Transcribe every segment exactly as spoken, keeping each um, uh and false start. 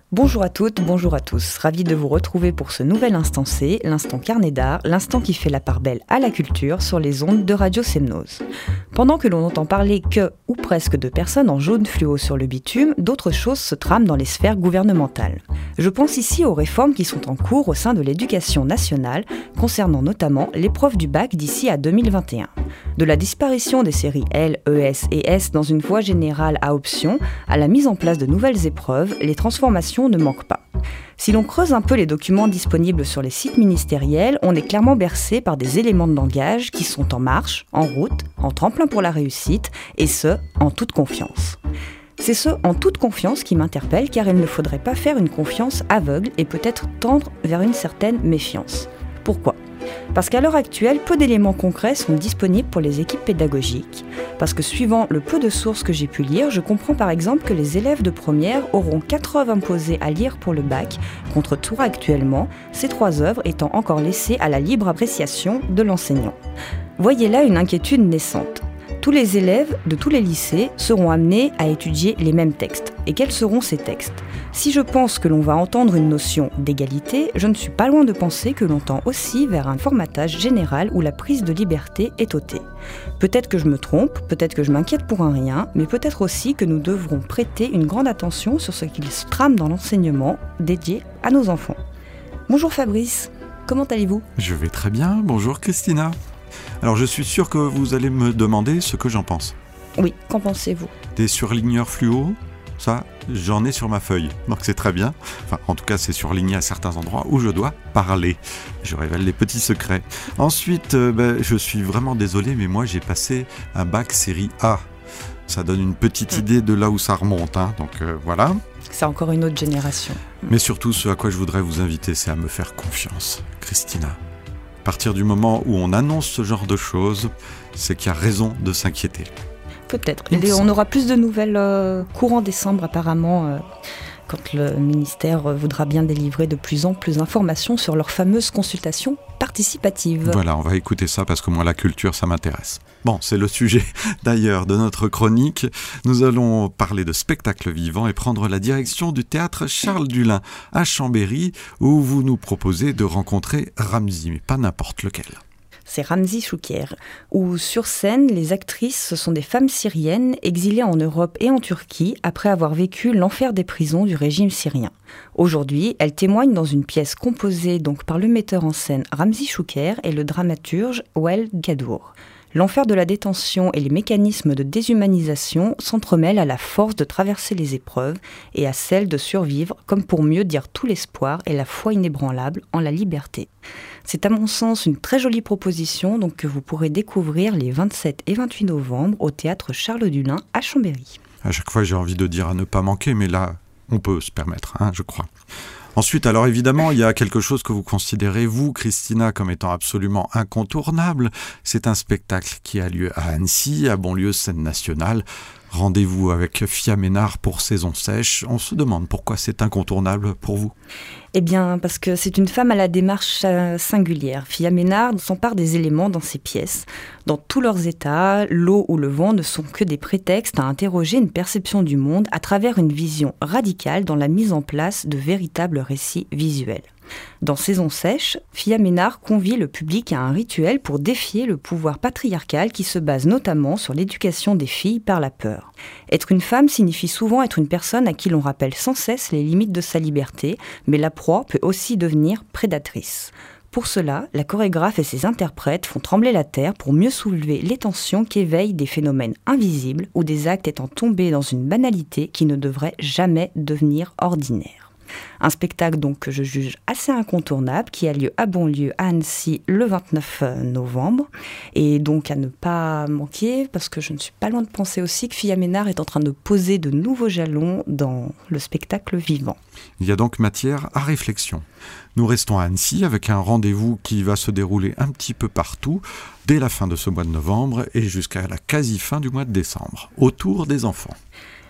Bonjour à toutes, bonjour à tous. Ravi de vous retrouver pour ce nouvel Instant C, l'instant carnet d'art, l'instant qui fait la part belle à la culture sur les ondes de Radio Semnose. Pendant que l'on entend parler que, ou presque, de personnes en jaune fluo sur le bitume, d'autres choses se trament dans les sphères gouvernementales. Je pense ici aux réformes qui sont en cours au sein de l'éducation nationale, concernant notamment l'épreuve du bac d'ici à deux mille vingt et un. De la disparition des séries L, E S et S dans une voie générale à option, à la mise en place de nouvelles épreuves, les transformations ne manquent pas. Si l'on creuse un peu les documents disponibles sur les sites ministériels, on est clairement bercé par des éléments de langage qui sont en marche, en route, en tremplin pour la réussite, et ce, en toute confiance. C'est ce « en toute confiance » qui m'interpelle, car il ne faudrait pas faire une confiance aveugle et peut-être tendre vers une certaine méfiance. Pourquoi ? Parce qu'à l'heure actuelle, peu d'éléments concrets sont disponibles pour les équipes pédagogiques. Parce que suivant le peu de sources que j'ai pu lire, je comprends par exemple que les élèves de première auront quatre œuvres imposées à lire pour le bac, contre trois actuellement, ces trois œuvres étant encore laissées à la libre appréciation de l'enseignant. Voyez là une inquiétude naissante. Tous les élèves de tous les lycées seront amenés à étudier les mêmes textes. Et quels seront ces textes ? Si je pense que l'on va entendre une notion d'égalité, je ne suis pas loin de penser que l'on tend aussi vers un formatage général où la prise de liberté est ôtée. Peut-être que je me trompe, peut-être que je m'inquiète pour un rien, mais peut-être aussi que nous devrons prêter une grande attention sur ce qu'il se trame dans l'enseignement dédié à nos enfants. Bonjour Fabrice, comment allez-vous ? Je vais très bien, bonjour Christina. Alors je suis sûr que vous allez me demander ce que j'en pense. Oui, qu'en pensez-vous ? Des surligneurs fluo ? Ça, j'en ai sur ma feuille, donc c'est très bien. Enfin, en tout cas, c'est surligné à certains endroits où je dois parler. Je révèle les petits secrets. Ensuite, euh, ben, je suis vraiment désolé, mais moi, j'ai passé un bac série A. Ça donne une petite idée de là où ça remonte, hein. Donc euh, voilà. C'est encore une autre génération. Mais surtout, ce à quoi je voudrais vous inviter, c'est à me faire confiance, Christina. À partir du moment où on annonce ce genre de choses, c'est qu'il y a raison de s'inquiéter. Peut-être. Et on aura plus de nouvelles euh, courant décembre apparemment, euh, quand le ministère euh, voudra bien délivrer de plus en plus d'informations sur leur fameuse consultation participative. Voilà, on va écouter ça parce que moi la culture ça m'intéresse. Bon, c'est le sujet d'ailleurs de notre chronique. Nous allons parler de spectacle vivant et prendre la direction du théâtre Charles Dulin à Chambéry où vous nous proposez de rencontrer Ramzi, mais pas n'importe lequel. C'est Ramzi Choukier, où sur scène, les actrices, ce sont des femmes syriennes exilées en Europe et en Turquie après avoir vécu l'enfer des prisons du régime syrien. Aujourd'hui, elles témoignent dans une pièce composée donc par le metteur en scène Ramzi Choukier et le dramaturge Wael Gadour. L'enfer de la détention et les mécanismes de déshumanisation s'entremêlent à la force de traverser les épreuves et à celle de survivre, comme pour mieux dire tout l'espoir et la foi inébranlable en la liberté. C'est à mon sens une très jolie proposition donc, que vous pourrez découvrir les vingt-sept et vingt-huit novembre au théâtre Charles Dulin à Chambéry. À chaque fois j'ai envie de dire à ne pas manquer, mais là on peut se permettre, hein, je crois. Ensuite, alors évidemment, il y a quelque chose que vous considérez, vous, Christina, comme étant absolument incontournable. C'est un spectacle qui a lieu à Annecy, à Bonlieu, scène nationale. Rendez-vous avec Fia Ménard pour Saison sèche. On se demande pourquoi c'est incontournable pour vous. Eh bien, parce que c'est une femme à la démarche singulière. Fia Ménard s'empare des éléments dans ses pièces. Dans tous leurs états, l'eau ou le vent ne sont que des prétextes à interroger une perception du monde à travers une vision radicale dans la mise en place de véritables récits visuels. Dans Saison sèche, Fia Ménard convie le public à un rituel pour défier le pouvoir patriarcal qui se base notamment sur l'éducation des filles par la peur. Être une femme signifie souvent être une personne à qui l'on rappelle sans cesse les limites de sa liberté, mais la proie peut aussi devenir prédatrice. Pour cela, la chorégraphe et ses interprètes font trembler la terre pour mieux soulever les tensions qu'éveillent des phénomènes invisibles ou des actes étant tombés dans une banalité qui ne devrait jamais devenir ordinaire. Un spectacle donc que je juge assez incontournable qui a lieu à Bonlieu à Annecy le vingt-neuf novembre et donc à ne pas manquer parce que je ne suis pas loin de penser aussi que Fia Ménard est en train de poser de nouveaux jalons dans le spectacle vivant. Il y a donc matière à réflexion. Nous restons à Annecy avec un rendez-vous qui va se dérouler un petit peu partout dès la fin de ce mois de novembre et jusqu'à la quasi-fin du mois de décembre, autour des enfants.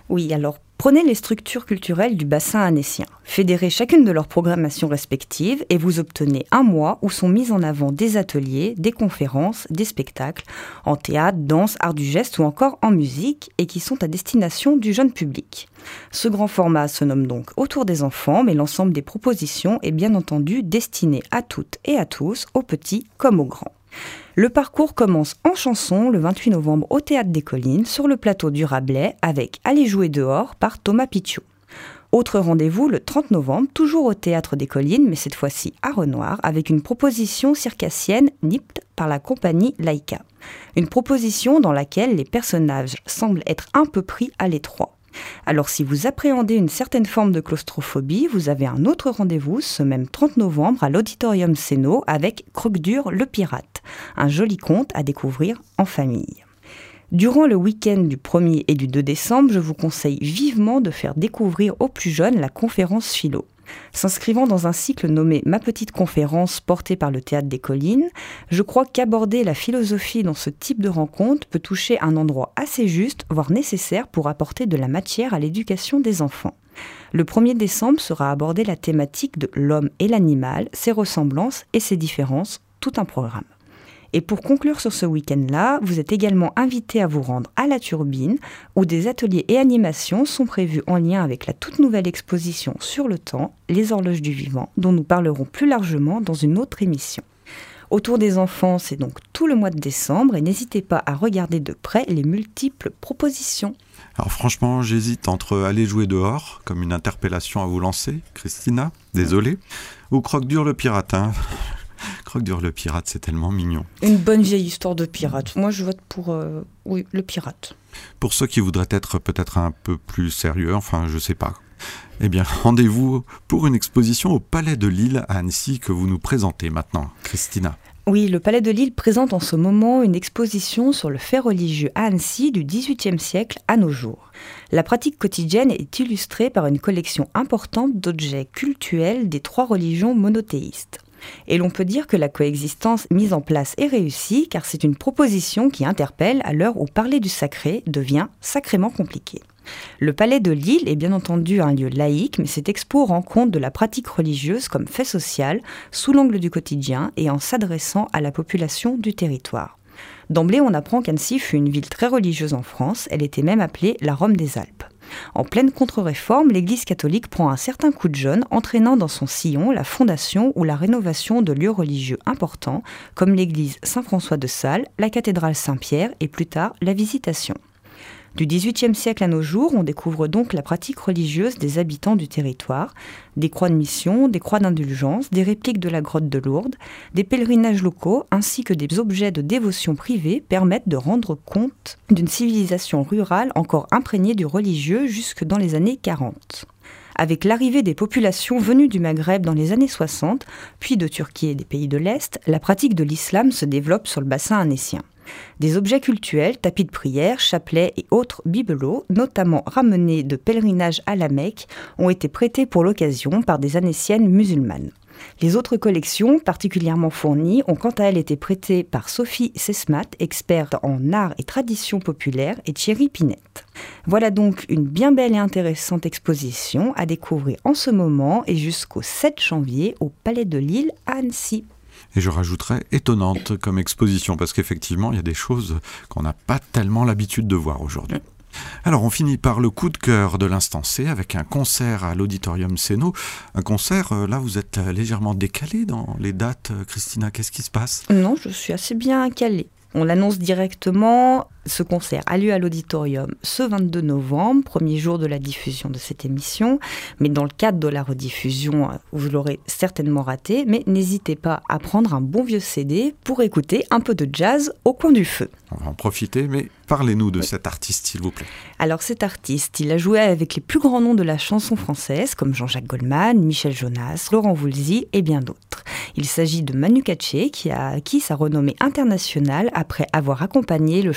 Oui, alors prenez les structures culturelles du bassin annécien, fédérez chacune de leurs programmations respectives et vous obtenez un mois où sont mis en avant des ateliers, des conférences, des spectacles, en théâtre, danse, art du geste ou encore en musique et qui sont à destination du jeune public. Ce grand format se nomme donc Autour des enfants, mais l'ensemble des propositions est bien entendu destiné à toutes et à tous, aux petits comme aux grands. Le parcours commence en chanson le vingt-huit novembre au Théâtre des Collines, sur le plateau du Rabelais, avec Aller jouer dehors par Thomas Picciott. Autre rendez-vous le trente novembre, toujours au Théâtre des Collines, mais cette fois-ci à Renoir, avec une proposition circassienne Nipt par la compagnie Laïka. Une proposition dans laquelle les personnages semblent être un peu pris à l'étroit. Alors si vous appréhendez une certaine forme de claustrophobie, vous avez un autre rendez-vous ce même trente novembre à l'Auditorium Céno avec Croque-Dur le pirate, un joli conte à découvrir en famille. Durant le week-end du premier et du deux décembre, je vous conseille vivement de faire découvrir aux plus jeunes la conférence philo. S'inscrivant dans un cycle nommé « Ma petite conférence » porté par le Théâtre des Collines, je crois qu'aborder la philosophie dans ce type de rencontre peut toucher un endroit assez juste, voire nécessaire pour apporter de la matière à l'éducation des enfants. Le premier décembre sera abordée la thématique de l'homme et l'animal, ses ressemblances et ses différences, tout un programme. Et pour conclure sur ce week-end-là, vous êtes également invité à vous rendre à la Turbine, où des ateliers et animations sont prévus en lien avec la toute nouvelle exposition sur le temps, Les horloges du vivant, dont nous parlerons plus largement dans une autre émission. Autour des enfants, c'est donc tout le mois de décembre, et n'hésitez pas à regarder de près les multiples propositions. Alors franchement, j'hésite entre Aller jouer dehors, comme une interpellation à vous lancer, Christina, désolé, ou Croque-Dur le pirate, hein. Croque-Dur le pirate, c'est tellement mignon. Une bonne vieille histoire de pirate. Moi, je vote pour euh, oui, le pirate. Pour ceux qui voudraient être peut-être un peu plus sérieux, enfin, je sais pas. Eh bien, rendez-vous pour une exposition au Palais de Lille à Annecy que vous nous présentez maintenant, Christina. Oui, le Palais de Lille présente en ce moment une exposition sur le fait religieux à Annecy du dix-huitième siècle à nos jours. La pratique quotidienne est illustrée par une collection importante d'objets cultuels des trois religions monothéistes. Et l'on peut dire que la coexistence mise en place est réussie, car c'est une proposition qui interpelle à l'heure où parler du sacré devient sacrément compliqué. Le Palais de Lille est bien entendu un lieu laïque, mais cette expo rend compte de la pratique religieuse comme fait social, sous l'angle du quotidien et en s'adressant à la population du territoire. D'emblée, on apprend qu'Annecy fut une ville très religieuse en France, elle était même appelée la Rome des Alpes. En pleine contre-réforme, l'Église catholique prend un certain coup de jeune, entraînant dans son sillon la fondation ou la rénovation de lieux religieux importants, comme l'église Saint-François de Sales, la cathédrale Saint-Pierre et plus tard la Visitation. Du dix-huitième siècle à nos jours, on découvre donc la pratique religieuse des habitants du territoire, des croix de mission, des croix d'indulgence, des répliques de la grotte de Lourdes, des pèlerinages locaux ainsi que des objets de dévotion privés permettent de rendre compte d'une civilisation rurale encore imprégnée du religieux jusque dans les années quarante. Avec l'arrivée des populations venues du Maghreb dans les années soixante, puis de Turquie et des pays de l'Est, la pratique de l'islam se développe sur le bassin annécien. Des objets cultuels, tapis de prière, chapelets et autres bibelots, notamment ramenés de pèlerinage à la Mecque, ont été prêtés pour l'occasion par des Annéciennes musulmanes. Les autres collections, particulièrement fournies, ont quant à elles été prêtées par Sophie Sesmat, experte en art et tradition populaire, et Thierry Pinette. Voilà donc une bien belle et intéressante exposition à découvrir en ce moment et jusqu'au sept janvier au Palais de Lille à Annecy. Et je rajouterais étonnante comme exposition, parce qu'effectivement, il y a des choses qu'on n'a pas tellement l'habitude de voir aujourd'hui. Alors, on finit par le coup de cœur de l'instant C avec un concert à l'Auditorium Céno. Un concert, là, vous êtes légèrement décalé dans les dates. Christina, qu'est-ce qui se passe ? Non, je suis assez bien calée. On l'annonce directement. Ce concert a lieu à l'Auditorium ce vingt-deux novembre, premier jour de la diffusion de cette émission. Mais dans le cadre de la rediffusion, vous l'aurez certainement raté. Mais n'hésitez pas à prendre un bon vieux C D pour écouter un peu de jazz au coin du feu. On va en profiter, mais parlez-nous de cet artiste, s'il vous plaît. Alors cet artiste, il a joué avec les plus grands noms de la chanson française, comme Jean-Jacques Goldman, Michel Jonas, Laurent Voulzy et bien d'autres. Il s'agit de Manu Katché, qui a acquis sa renommée internationale après avoir accompagné le chanteur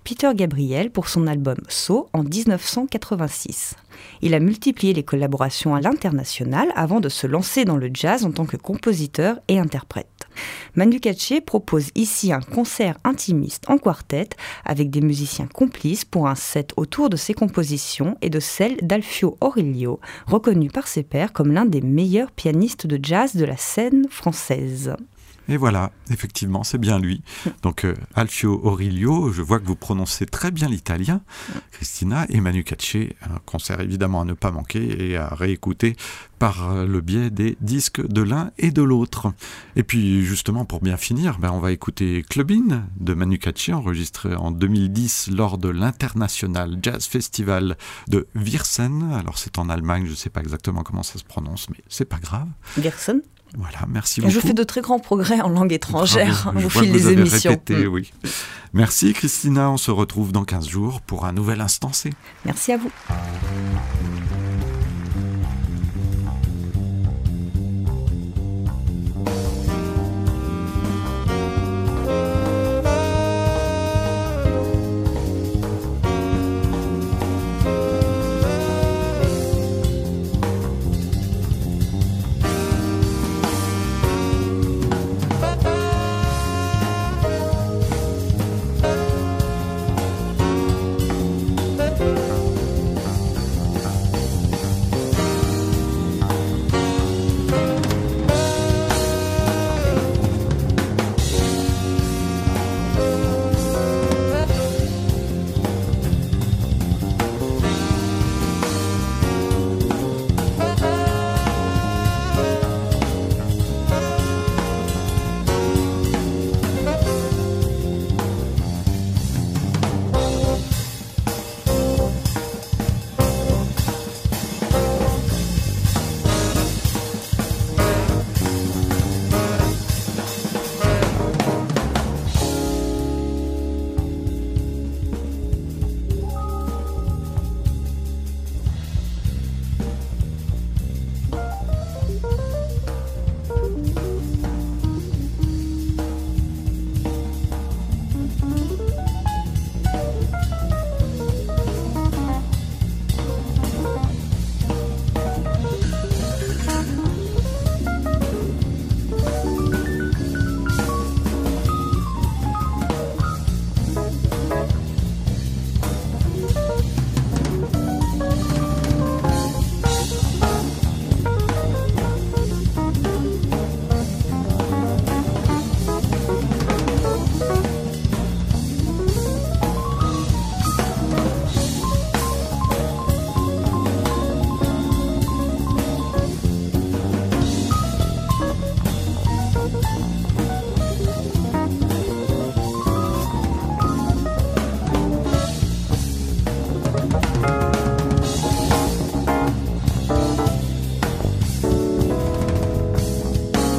Peter Gabriel pour son album So en dix-neuf cent quatre-vingt-six. Il a multiplié les collaborations à l'international avant de se lancer dans le jazz en tant que compositeur et interprète. Manu Katché propose ici un concert intimiste en quartet avec des musiciens complices pour un set autour de ses compositions et de celles d'Alfio Aurilio, reconnu par ses pairs comme l'un des meilleurs pianistes de jazz de la scène française. Et voilà, effectivement, c'est bien lui. Donc, euh, Alfio Aurilio, je vois que vous prononcez très bien l'italien, Christina, et Manu Katché, un concert évidemment à ne pas manquer et à réécouter par le biais des disques de l'un et de l'autre. Et puis, justement, pour bien finir, ben, on va écouter Clubbin de Manu Katché, enregistré en deux mille dix lors de l'International Jazz Festival de Viersen. Alors, c'est en Allemagne, je ne sais pas exactement comment ça se prononce, mais c'est pas grave. Viersen ? Voilà, merci beaucoup. Je fais de très grands progrès en langue étrangère Bravo, au fil des émissions. Répété, oui. Merci Christina, on se retrouve dans quinze jours pour un nouvel Instant C. Merci à vous.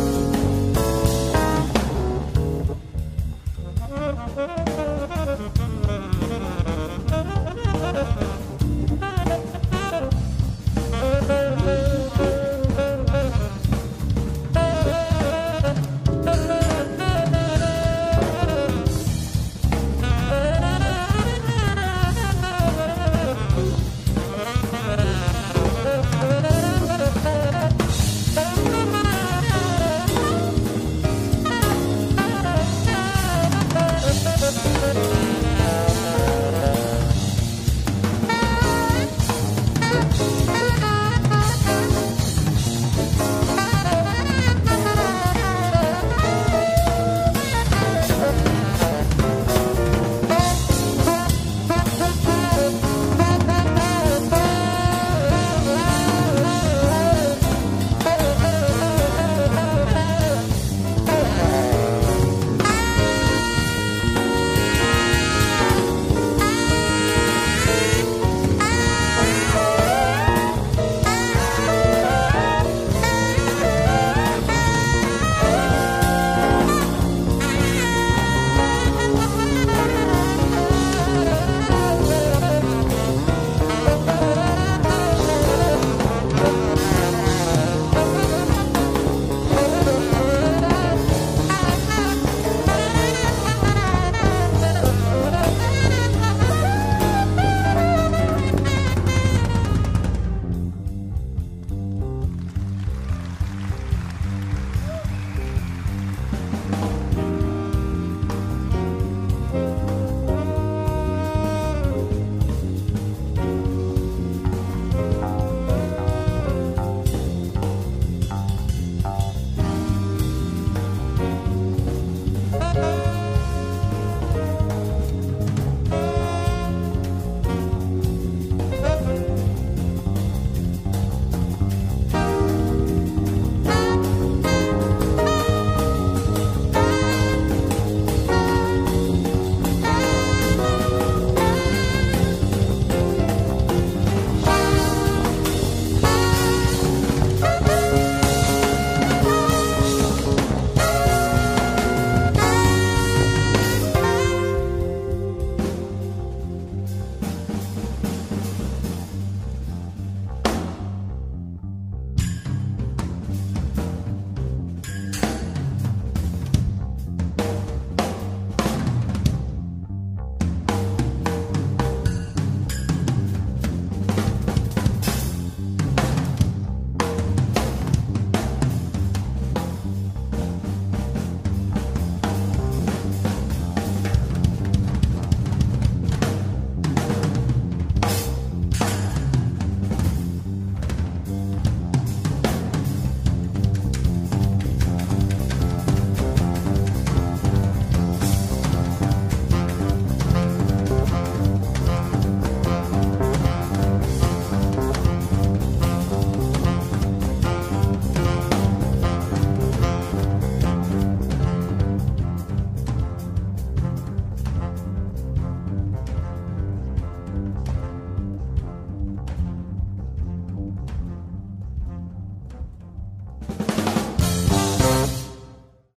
Thank you.